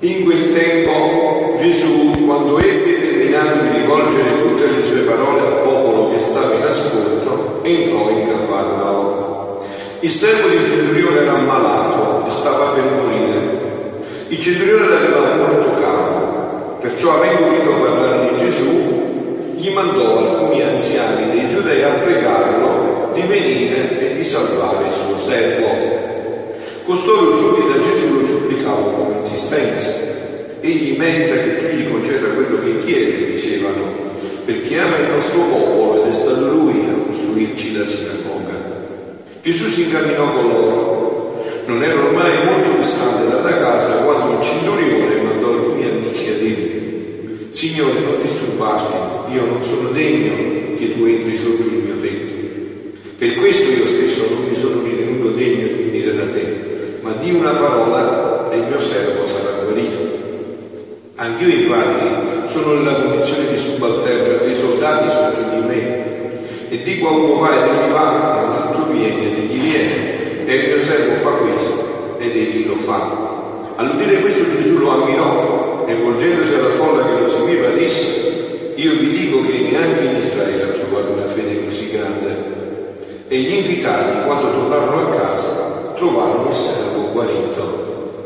In quel tempo Gesù, quando ebbe terminato di rivolgere tutte le sue parole al popolo che stava in ascolto, entrò in Cafarnao. Il servo di un centurione era ammalato e stava per morire. Il centurione l'aveva molto caro, perciò, avendo udito parlare di Gesù, gli mandò alcuni anziani dei Giudei a pregarlo di venire e di salvare il suo servo. Costoro, giunti da Gesù, lo supplicavano con insistenza. Egli merita che tu gli conceda quello che chiede, dicevano, perché ama il nostro popolo ed è stato lui a costruirci la sinagoga. Gesù si incamminò con loro. Non era ormai molto distante dalla casa quando il centurione mandò alcuni amici a dirgli: Signore, non disturbarti, io non sono degno che tu entri sotto il mio tetto. Per questo io stesso non mi sono ritenuto degno di venire da te. Ma di una parola e il mio servo sarà guarito. Anch'io infatti sono nella condizione di subalterno dei soldati sotto di me, e dico a uno vai ed egli va, e a un altro vieni ed egli viene, e il mio servo fa questo ed egli lo fa. All'udire questo Gesù lo ammirò e volgendosi alla folla che lo seguiva disse: io vi dico che neanche in Israele ha trovato una fede così grande. E gli invitati, quando tornarono a casa, trovarono il servo guarito.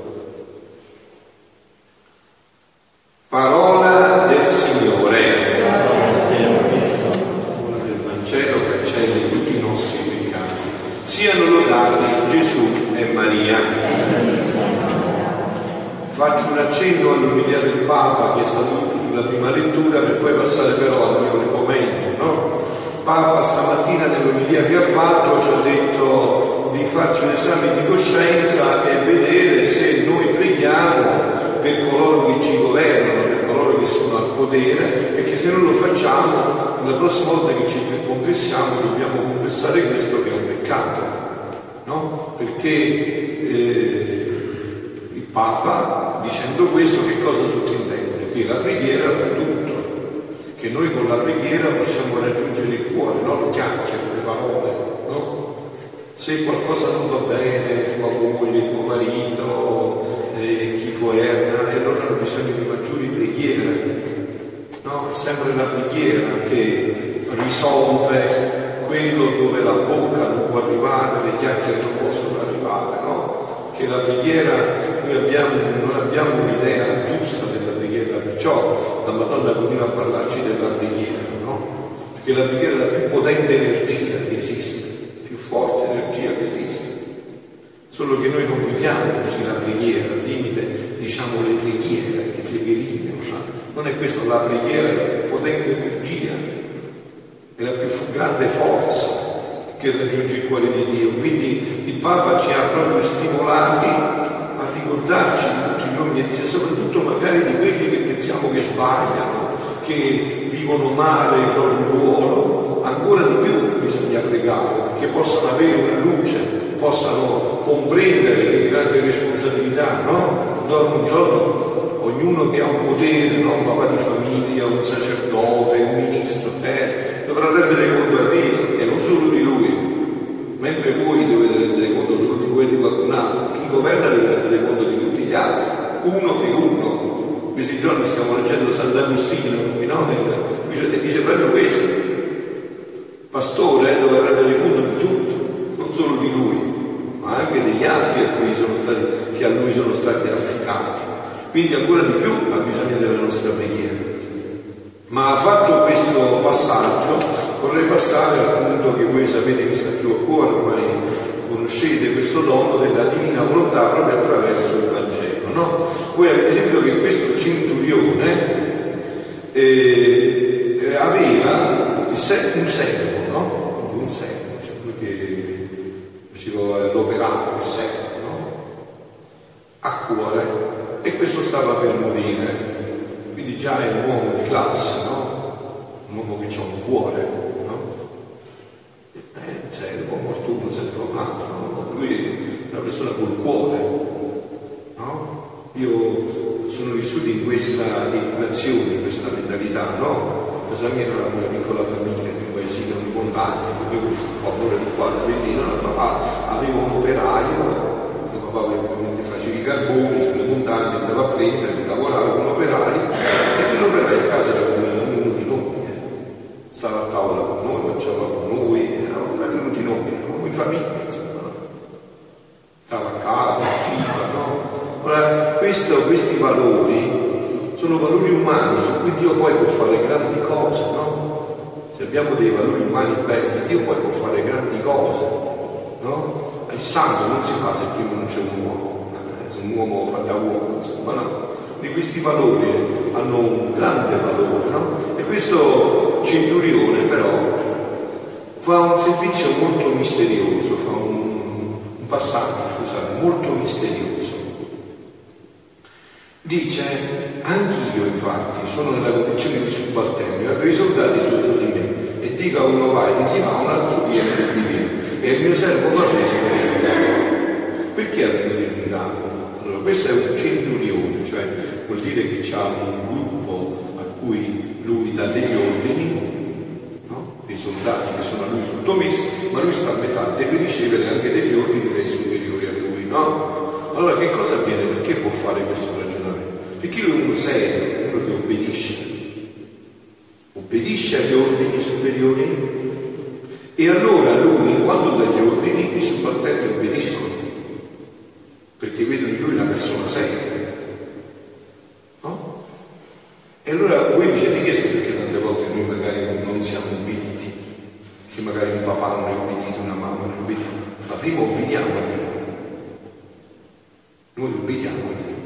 Parola del Signore. Del Vangelo cancelli tutti i nostri peccati. Siano lodati Gesù e Maria. Faccio un accenno all'omelia del Papa che è stato detto sulla prima lettura, per poi passare però al mio commento, no? Papa stamattina nell'omelia che ha fatto ci ha detto di farci un esame di coscienza e vedere se noi preghiamo per coloro che ci governano, per coloro che sono al potere, e che se non lo facciamo, la prossima volta che ci confessiamo dobbiamo confessare questo che è un peccato, no? Perché il Papa, dicendo questo, che cosa sottintende? Che la preghiera fa tutto, che noi con la preghiera possiamo raggiungere il cuore, non le chiacchiere, le parole, no? Se qualcosa non va bene, tua moglie, tuo marito, chi governa, e allora hanno bisogno di maggiori preghiere, no? È sempre la preghiera che risolve quello dove la bocca non può arrivare, le chiacchiere non possono arrivare, no? Che la preghiera, noi non abbiamo un'idea giusta della preghiera, perciò la Madonna continua a parlarci della preghiera, no? Perché la preghiera è la più potente energia che esiste, più forte energia che esiste. Solo che noi non viviamo così la preghiera, al limite diciamo le preghiere, le preghierine, non è questo. La preghiera è la più potente energia, è la più grande forza che raggiunge il cuore di Dio. Quindi il Papa ci ha proprio stimolati a ricordarci di tutti gli uomini, e dice soprattutto magari di quelli che pensiamo che sbagliano, che vivono male il proprio ruolo, ancora di più bisogna pregare perché possano avere una luce, possano comprendere le grandi responsabilità, no? Un giorno ognuno che ha un potere, no? Un papà di famiglia, un sacerdote, un ministro, dovrà rendere conto a Dio e non solo di lui, mentre voi dovete rendere conto solo di voi e di qualcun altro. Chi governa deve rendere conto di tutti gli altri, uno per uno. Questi giorni stiamo leggendo Sant'Agostino, no? E dice proprio questo: pastore deve rendere conto di tutto, non solo di lui, ma anche degli altri che a lui sono stati affidati. Quindi ancora di più ha bisogno della nostra preghiera. Ma fatto questo passaggio, vorrei passare al punto che voi sapete mi sta più a cuore, ormai conoscete questo dono della divina volontà proprio attraverso il Vangelo, no? Voi avete sentito che questo centurione aveva un servo, no? Un servo, cioè quello che faceva l'operaio, il servo, no? A cuore, e questo stava per morire. Quindi già è un uomo di classe, no? Un uomo che ha un cuore, no? Un servo, morto uno, servo un altro, no? Lui è una persona col cuore, no? Io sono vissuto in questa educazione, in questa mentalità, no? A casa mia era una piccola famiglia di un paesino di montagna, dove questo popolo di qua, quindi il papà aveva un operaio, il papà ovviamente faceva i carboni sulle montagne, andava a prendere, questi valori sono valori umani su cui Dio poi può fare grandi cose, no? Se abbiamo dei valori umani belli, Dio poi può fare grandi cose, no? Il santo non si fa se prima non c'è un uomo, se un uomo fa da uomo, insomma, no? Di questi valori hanno un grande valore, no? E questo centurione però fa un servizio molto misterioso, fa un passaggio, scusate, molto misterioso. Dice: anch'io infatti sono nella condizione di subalterno, avevo i soldati sotto di me, e dico a uno vai di chi va, un altro viene di me, e il mio servo fa presto per miracolo. Perché ha venuto il miracolo? Allora, questo è un centurione, cioè vuol dire che c'ha un gruppo a cui lui dà degli ordini, no? Dei soldati che sono a lui sottomessi, ma lui sta a metà, deve ricevere anche degli ordini dai superiori a lui, no? Allora che cosa avviene? Perché può fare questo ragionamento? Perché lui è uno serio, uno che obbedisce agli ordini superiori, e allora lui, quando dà gli ordini, i subalterni obbediscono, perché vedono in lui una persona seria, no? E allora voi vi siete chiesti perché tante volte noi magari non siamo obbediti, che magari un papà non è obbedito, una mamma non è obbedita, ma prima obbediamo a Dio. Noi obbediamo a Dio.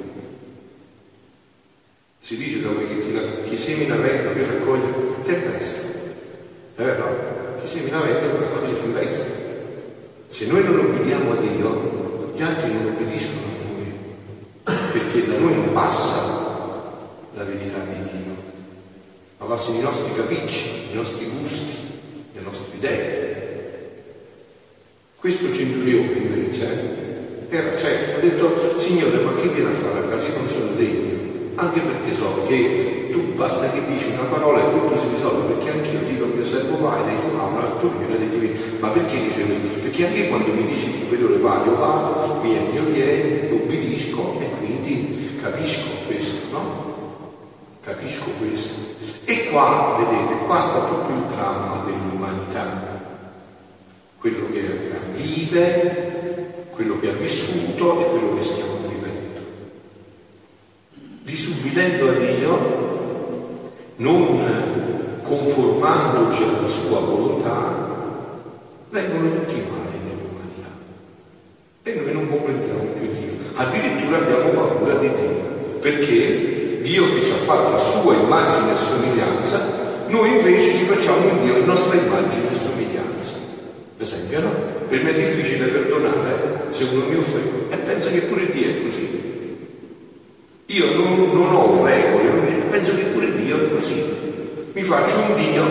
Si dice da voi che chi semina vento che raccoglie tempesta. È vero? Chi semina vento che raccoglie tempesta. Se noi non obbediamo a Dio, gli altri non obbediscono a noi, perché da noi non passa la verità di Dio, ma passano i nostri capricci, i nostri gusti, le nostre idee. Questo centurione invece era certo, ha detto: Signore, ma che viene a fare a casa? Io non sono degno, anche perché so che tu basta che dici una parola e tutto si risolve, perché anch'io dico al mio servo vai, e dico un altro viene, e vieni. Ma perché dice questo? Perché anche quando mi dici il superiore vai, io vado, vieni, io vieni, obbedisco, e quindi capisco questo, no? Capisco questo. E qua, vedete, qua sta tutto il dramma dell'umanità, quello che vive, quello che ha vissuto e quello che stiamo vivendo. Disubbidendo a Dio, non conformandoci alla sua volontà, vengono tutti i mali nell'umanità. E noi non comprendiamo più Dio. Addirittura abbiamo paura di Dio, perché Dio che ci ha fatto a sua immagine e somiglianza, noi invece ci facciamo un Dio a nostra immagine e somiglianza. Per esempio, no? Per me è difficile perdonare se uno mi offende, e penso che pure Dio è così. Io non ho regole, penso che pure Dio è così. Mi faccio un Dio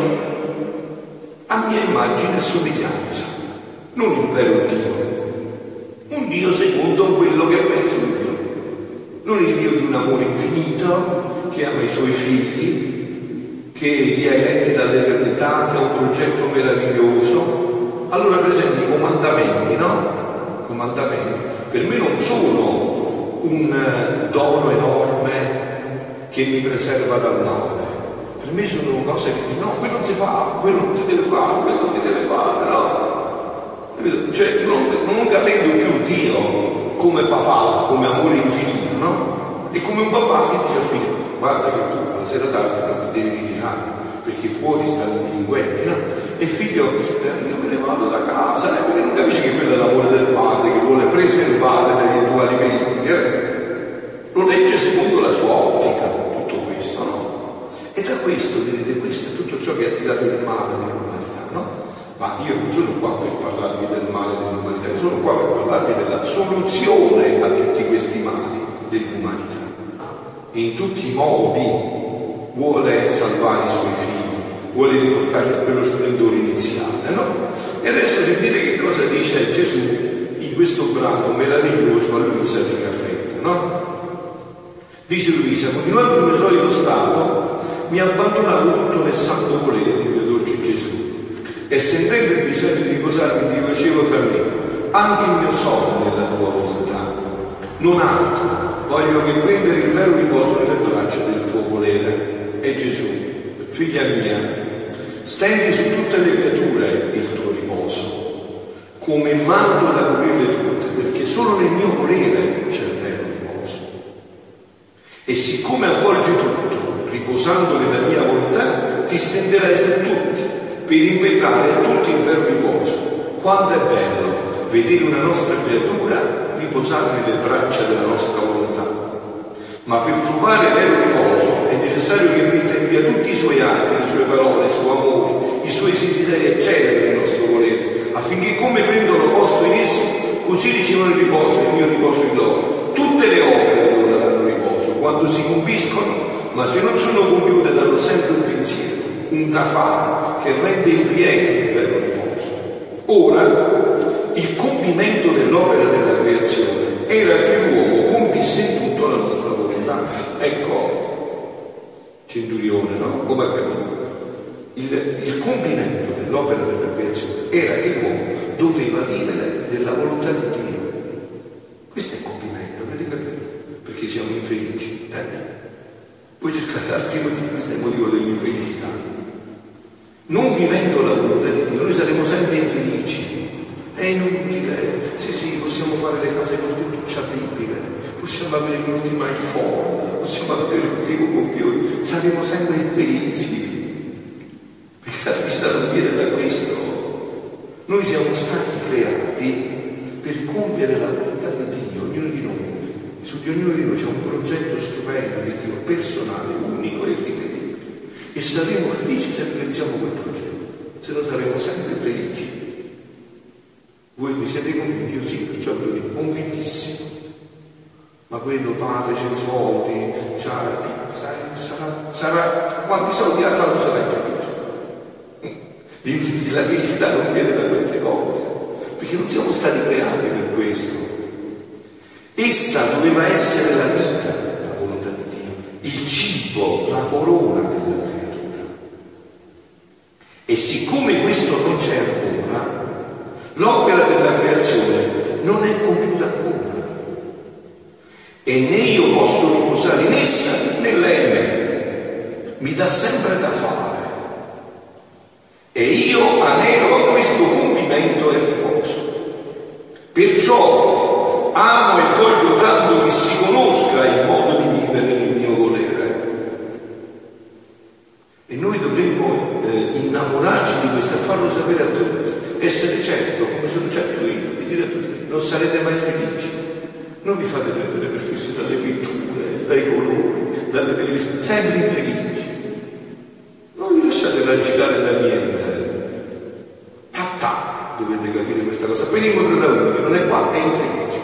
a mia immagine e somiglianza, non il vero Dio, un Dio secondo quello che penso io, non il Dio di un amore infinito che ama i suoi figli, che li ha eletti dall'eternità, che ha un progetto meraviglioso. Allora, per esempio, i comandamenti, no? Comandamenti per me non sono un dono enorme che mi preserva dal male, per me sono cose che dicono: no, quello non si fa, quello non si deve fare, questo non si deve fare, no? Capito? Cioè non capendo più Dio come papà, come amore infinito, no? E come un papà ti dice al figlio: guarda che tu alla sera tardi non ti devi ritirare, perché fuori stanno i delinquenti, no? E figlio, io me ne vado da casa, perché non capisci che quello è l'amore del padre che vuole preservare dagli eventuali pericoli, lo legge secondo la sua ottica, tutto questo, no? E da questo, vedete, questo è tutto ciò che ha tirato il male nell'umanità, no? Ma io non sono qua per parlarvi del male dell'umanità, io sono qua per parlarvi della soluzione a tutti questi mali dell'umanità. E in tutti i modi vuole salvare i suoi figli, vuole riportarli a quello splendore iniziale, no? E adesso sentite che cosa dice Gesù in questo brano meraviglioso a Luisa di Carretta, no? Dice Luisa: continuando il mio solito stato, mi abbandonavo tutto nel santo volere del mio dolce Gesù, e sentendo il bisogno di riposarmi ti facevo tra me anche il mio sonno nella tua volontà, non altro, voglio che prendere il vero riposo nelle braccia del tuo volere. E Gesù: figlia mia, stendi su tutte le creature il tuo riposo, come mando da coprirle tutte, perché solo nel mio volere c'è il vero riposo. E siccome avvolgi tutto, riposando nella mia volontà, ti stenderai su tutti, per impetrare a tutti il vero riposo. Quanto è bello vedere una nostra creatura riposare nelle braccia della nostra volontà. Ma per trovare vero riposo è necessario che metta in via tutti i suoi atti, le sue parole, il suo amore, i suoi desideri, eccetera, nel nostro volere, affinché come prendono posto in esso, così ricevono il riposo, il mio riposo in loro. Tutte le opere allora danno riposo, quando si compiscono, ma se non sono compiute danno sempre un pensiero, un da fare, che rende impiego il vero riposo. Ora, il compimento dell'opera della creazione era che l'uomo compisse in tutto la nostra volontà. Ecco, centurione, no? Come ha capito? Il compimento dell'opera della creazione era che l'uomo doveva vivere della volontà di Dio. Questo è il compimento, avete capito? Perché siamo infelici. Poi cercate altri motivi, questo è il motivo dell'infelicità. Non vivendo la volontà di Dio, noi saremo sempre infelici. È inutile, sì, possiamo fare le cose col tettuccio apribile, possiamo avere l'ultima iPhone, possiamo avere l'ultimo computer, saremo sempre infelici. Perché la felicità non viene da questo. Noi siamo stati creati per compiere la volontà di Dio, ognuno di noi. Su di ognuno di noi c'è un progetto stupendo di Dio, personale, unico e irripetibile. E saremo felici se realizziamo quel progetto, se no saremo sempre infelici. Voi mi siete convinti? Io sì, perciò ve lo dico, convintissimo. Ma quello padre c'è i soldi, sarà quanti soldi ha tanto sarà infelice. La felicità non viene da queste cose, perché non siamo stati creati per questo. Essa doveva essere la vita, la volontà di Dio, il cibo, la corona della creatura. E siccome questo non c'è ancora, l'opera della creazione non è compiuta ancora. E né io posso riposare in essa né lei in me. Mi dà sempre da fare. E io anelo a questo compimento e riposo. Perciò amo e voglio tanto che si conosca il modo di vivere nel mio volere. E noi dovremmo innamorarci di questo e farlo sapere a tutti. Essere certo, come sono certo io, di dire a tutti, non sarete mai felici. Non vi fate prendere per fissi dalle pitture, dai colori, dalle televisioni, sempre infelici. Non vi lasciate raggirare da niente. Dovete capire questa cosa. Appena incontrate uno che non è qua, è infelice.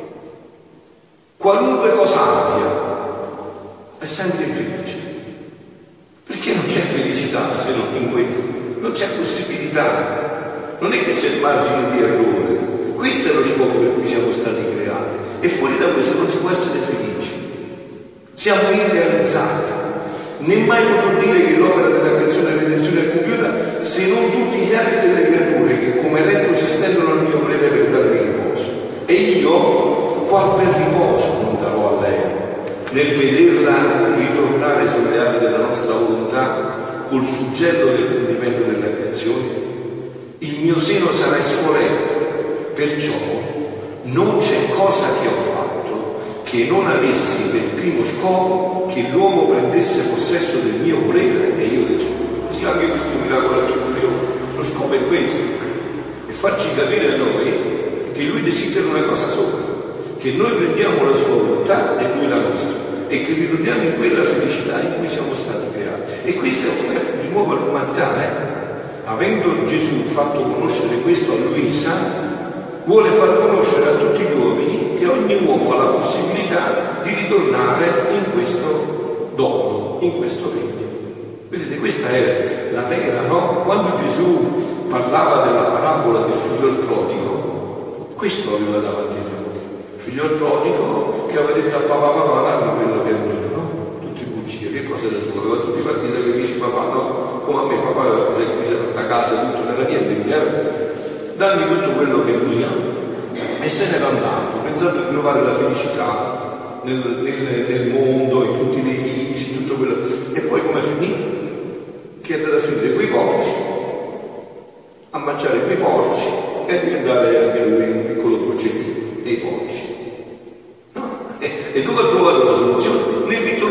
Qualunque cosa abbia, è sempre infelice. Perché non c'è felicità se non in questo? Non c'è possibilità. Non è che c'è il margine di errore. Questo è lo scopo per cui siamo stati creati. E fuori da questo non si può essere felici. Siamo irrealizzati. Né mai potrò dire che l'opera della creazione e redenzione è compiuta se non tutti gli atti delle creature che come eletto si stendono al mio volere per darmi riposo. E io, qual per riposo non darò a lei, nel vederla ritornare sulle ali della nostra volontà col suggello del compimento della creazione? Il mio seno sarà il suo letto, perciò non c'è cosa che ho fatto che non avessi per primo scopo che l'uomo prendesse possesso del mio volere e io del suo. Così anche questo miracolo al centurione, lo scopo è questo, e farci capire a noi che lui desidera una cosa sola, che noi prendiamo la sua volontà e lui la nostra, e che ritorniamo in quella felicità in cui siamo stati creati. E questo è offerto di nuovo all'umanità, Avendo Gesù fatto conoscere questo a Luisa, vuole far conoscere a tutti gli uomini che ogni uomo ha la possibilità di ritornare in questo dono, in questo regno. Vedete, questa è la vera, no? Quando Gesù parlava della parabola del figlio prodigo, questo aveva davanti agli occhi. Il figlio prodigo che aveva detto a papà, dammi quello che è mio, no? Tutti bugie, che cosa era sua? Aveva tutti fatti i sacrifici, papà, no? Come a me, papà aveva sacrificato tutta casa, tutto, non era niente mia. Dammi tutto quello che è mio. E se n'era andato, pensando di trovare la felicità nel mondo, in tutti i vizi, tutto quello. E poi come finì? Che è andato a finire quei porci, a mangiare quei porci e a diventare anche lui un piccolo porcellino dei porci. No? E dove ha trovato la soluzione? Nel ritorno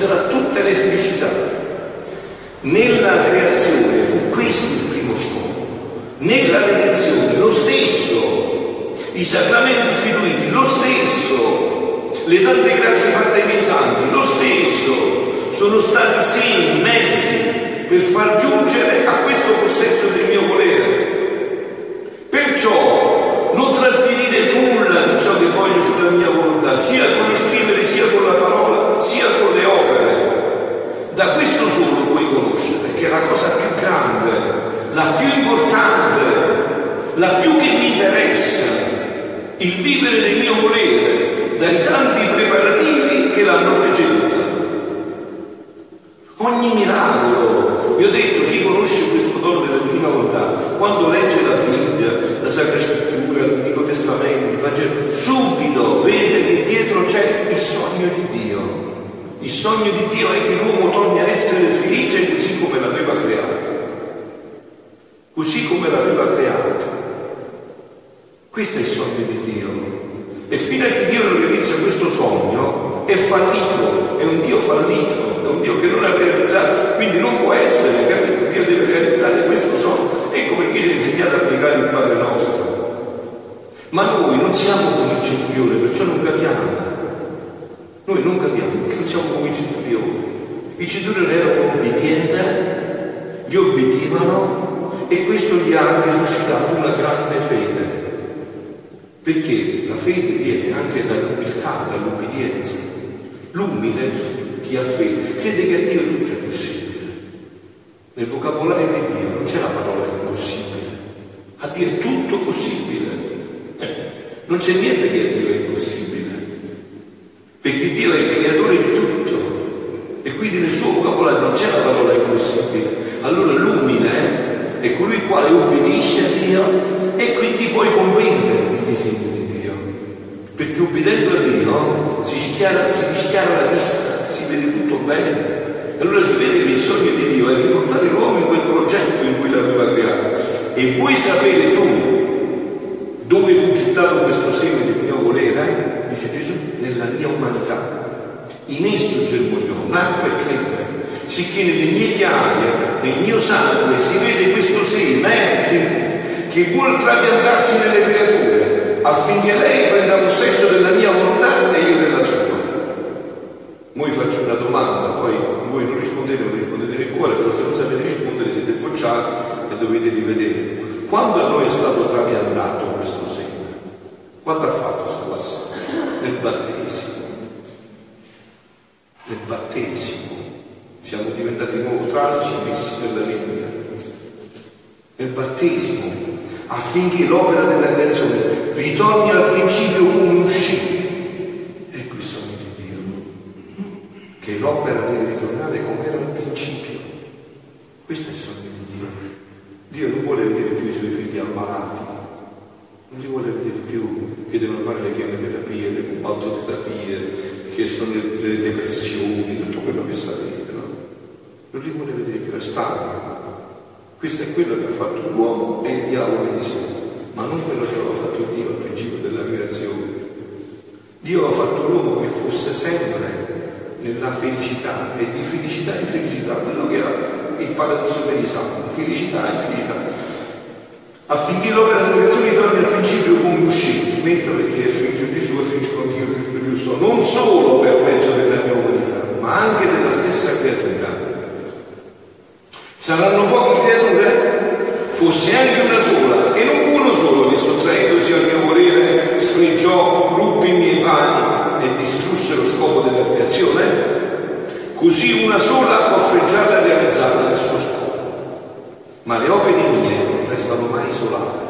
concederà tutte le felicità. Nella creazione fu questo il primo scopo, nella redenzione lo stesso, i sacramenti istituiti lo stesso, le tante grazie fatte ai miei santi lo stesso, sono stati segni, mezzi per far giungere a questo possesso del mio volere. Perciò non trasgredire nulla di ciò che voglio sulla mia volontà, sia con lo scrivere, sia con la parola, sia con le opere. Da questo solo puoi conoscere che è la cosa più grande, la più importante, la più che mi interessa, il vivere nel mio volere, dai tanti preparativi che l'hanno preceduta. Ogni miracolo, vi ho detto, chi conosce questo dono della divina volontà, quando legge la Bibbia, la Sacra Scrittura, l'Antico Testamento, il Vangelo, subito vede che dietro c'è il sogno di Dio. Il sogno di Dio è che l'uomo torni a essere felice così come l'aveva creato. Così come l'aveva creato. Questo è il sogno di Dio. E fino a che Dio non realizza questo sogno, è fallito, è un Dio fallito, è un Dio che non ha realizzato, quindi non può essere, capito? Dio deve realizzare questo sogno. Ecco perché ci ha insegnato a pregare il Padre nostro. Ma noi non siamo come il centurione, perciò non capiamo. Noi non capiamo perché non siamo come i centurioni. I centurioni erano obbedienti, gli obbedivano e questo gli ha anche suscitato una grande fede. Perché la fede viene anche dall'umiltà, dall'obbedienza. L'umile, chi ha fede, crede che a Dio tutto è possibile. Nel vocabolario di Dio non c'è la parola impossibile. A Dio è tutto possibile. Non c'è niente che a Dio è impossibile. Perché Dio è il creatore di tutto. E quindi nel suo vocabolario non c'è la parola impossibile. Allora l'umile è colui il quale obbedisce a Dio e quindi poi comprende il disegno di Dio, perché obbedendo a Dio si rischiara la vista, si vede tutto bene. E allora si vede che il sogno di Dio è riportare l'uomo in quel progetto in cui l'aveva creato. E vuoi sapere tu dove fu gettato questo seme del mio volere? Dice Gesù, nella mia umanità. In esso germogliò, nacque e crebbe, sicché nelle mie piaghe, nel mio sangue si vede questo seme, sentite, che vuol trapiantarsi nelle creature, affinché lei prenda possesso della mia volontà e io della sua. Mo' vi faccio una domanda, poi voi non rispondete nel cuore, però se non sapete rispondere siete bocciati e dovete rivedere. Quando a noi è stato trapiantato questo seme? Quando ha fatto questo passaggio? Nel battesimo. Nel battesimo. Siamo diventati di nuovo tralci messi nella legna. Nel battesimo. Affinché l'opera della creazione ritorni al principio come uscì. Ecco il sogno di Dio, che l'opera deve ritornare come era al principio. Questo è il sogno di Dio. Dio non vuole vedere più i suoi figli ammalati, non li vuole vedere più che devono fare le chemioterapie, le cobaltoterapie, che sono le depressioni, tutto quello che sapete, no? Non li vuole vedere più, è stanco. Questo è quello che ha fatto l'uomo e il diavolo insieme, ma non quello che aveva fatto Dio al principio della creazione. Dio ha fatto l'uomo che fosse sempre nella felicità e di felicità in felicità, quello che era il paradiso per i santi, felicità e felicità, affinché l'opera della creazione ritorni al principio come uscì, metto perché finisce Gesù e finisco anch'io giusto, non solo per mezzo della mia umanità, ma anche della stessa creatura. Saranno poche creature? Fosse anche una sola, e non fu uno solo che sottraendosi al mio volere sfregiò, ruppe i miei pani e distrusse lo scopo della creazione? Così una sola può freggiare e realizzare il suo scopo. Ma le opere mie non restano mai isolate,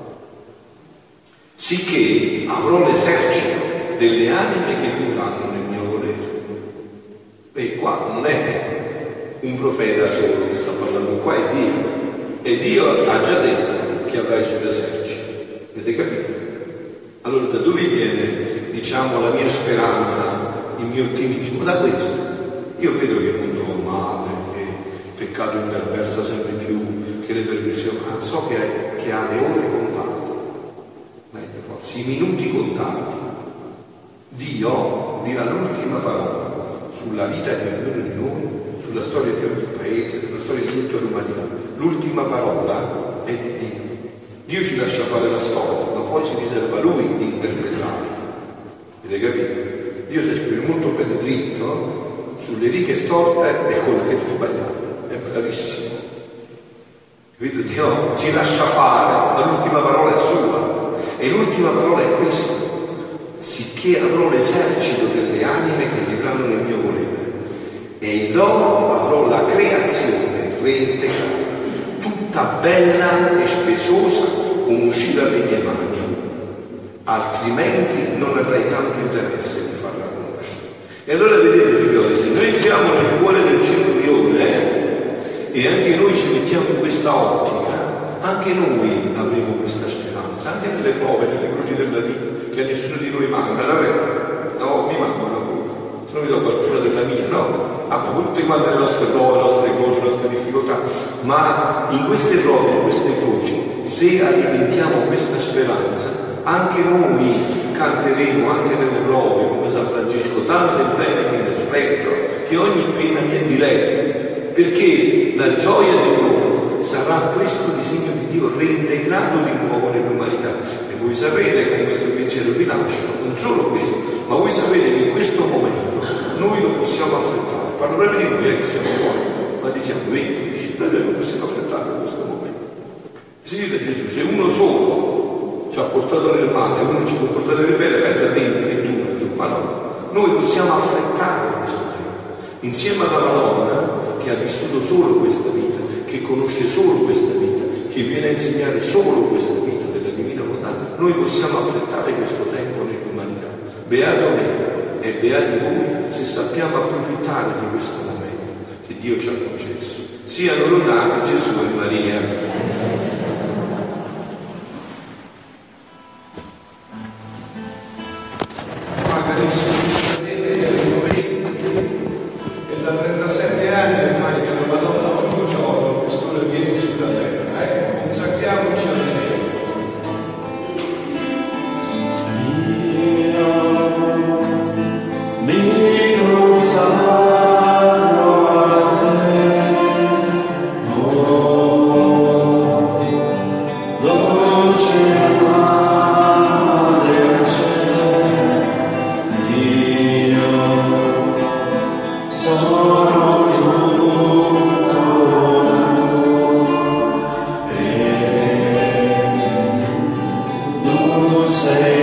sicché avrò l'esercito delle anime che vivranno nel mio volere. E qua non è un profeta solo che sta parlando, qua è Dio, e Dio ha già detto che avrà i suoi eserciti. Avete capito? Allora da dove viene, diciamo, la mia speranza, il mio ottimismo? Da questo. Io credo che il mondo va male, che il peccato imperversa sempre più, che le perversioni, ma so che ha le ore contate, meglio forse, i minuti contati. Dio dirà l'ultima parola sulla vita di ognuno di noi, sulla storia di ogni paese, sulla storia di tutta l'umanità. L'ultima parola è di Dio. Dio ci lascia fare la storia, ma poi si riserva a Lui di interpretarla. Avete capito? Dio si esprime molto bene dritto sulle righe storte e quelle che sono sbagliate. È bravissimo. Capito? Dio ci lascia fare, ma l'ultima parola è sua. E l'ultima parola è questa: sicché avrò l'esercito delle anime che vivranno nel mio volere, e in loro avrò la creazione reintegrata, tutta bella e speziosa come uscì dalle mie mani, altrimenti non avrei tanto interesse di farla conoscere. E allora vedete, figlioli, se noi entriamo nel cuore del centurione e anche noi ci mettiamo in questa ottica, anche noi avremo questa speranza, anche nelle prove, nelle croci della vita, che a nessuno di noi manca, no, vi mancano a voi, se no vi do qualcuna della mia, no? Tutte quante le nostre prove, le nostre croci, le nostre difficoltà, ma in queste prove, in queste croci, se alimentiamo questa speranza, anche noi canteremo anche nelle prove, come San Francesco, tanto il bene che mi aspetto, che ogni pena mi è diletta, perché la gioia dell'uomo sarà questo disegno di Dio reintegrato di nuovo nell'umanità. E voi sapete, con questo pensiero vi lascio, non solo questo, ma voi sapete che in questo momento noi lo possiamo affrontare. Parlo proprio di noi che siamo fuori, ma diciamo 20, noi lo possiamo affrontare in questo momento. Si dice Gesù, se uno solo ci ha portato nel male, uno ci può portare nel bene, pensa a 20, 21, insomma no. Noi possiamo affrontare questo tempo, insieme alla Madonna, che ha vissuto solo questa vita, che conosce solo questa vita, che viene a insegnare solo questa vita della Divina Volontà. Noi possiamo affrontare questo tempo nell'umanità. Beato me e beati voi se sappiamo approfittare di questo momento che Dio ci ha concesso. Siano lodati Gesù e Maria. Say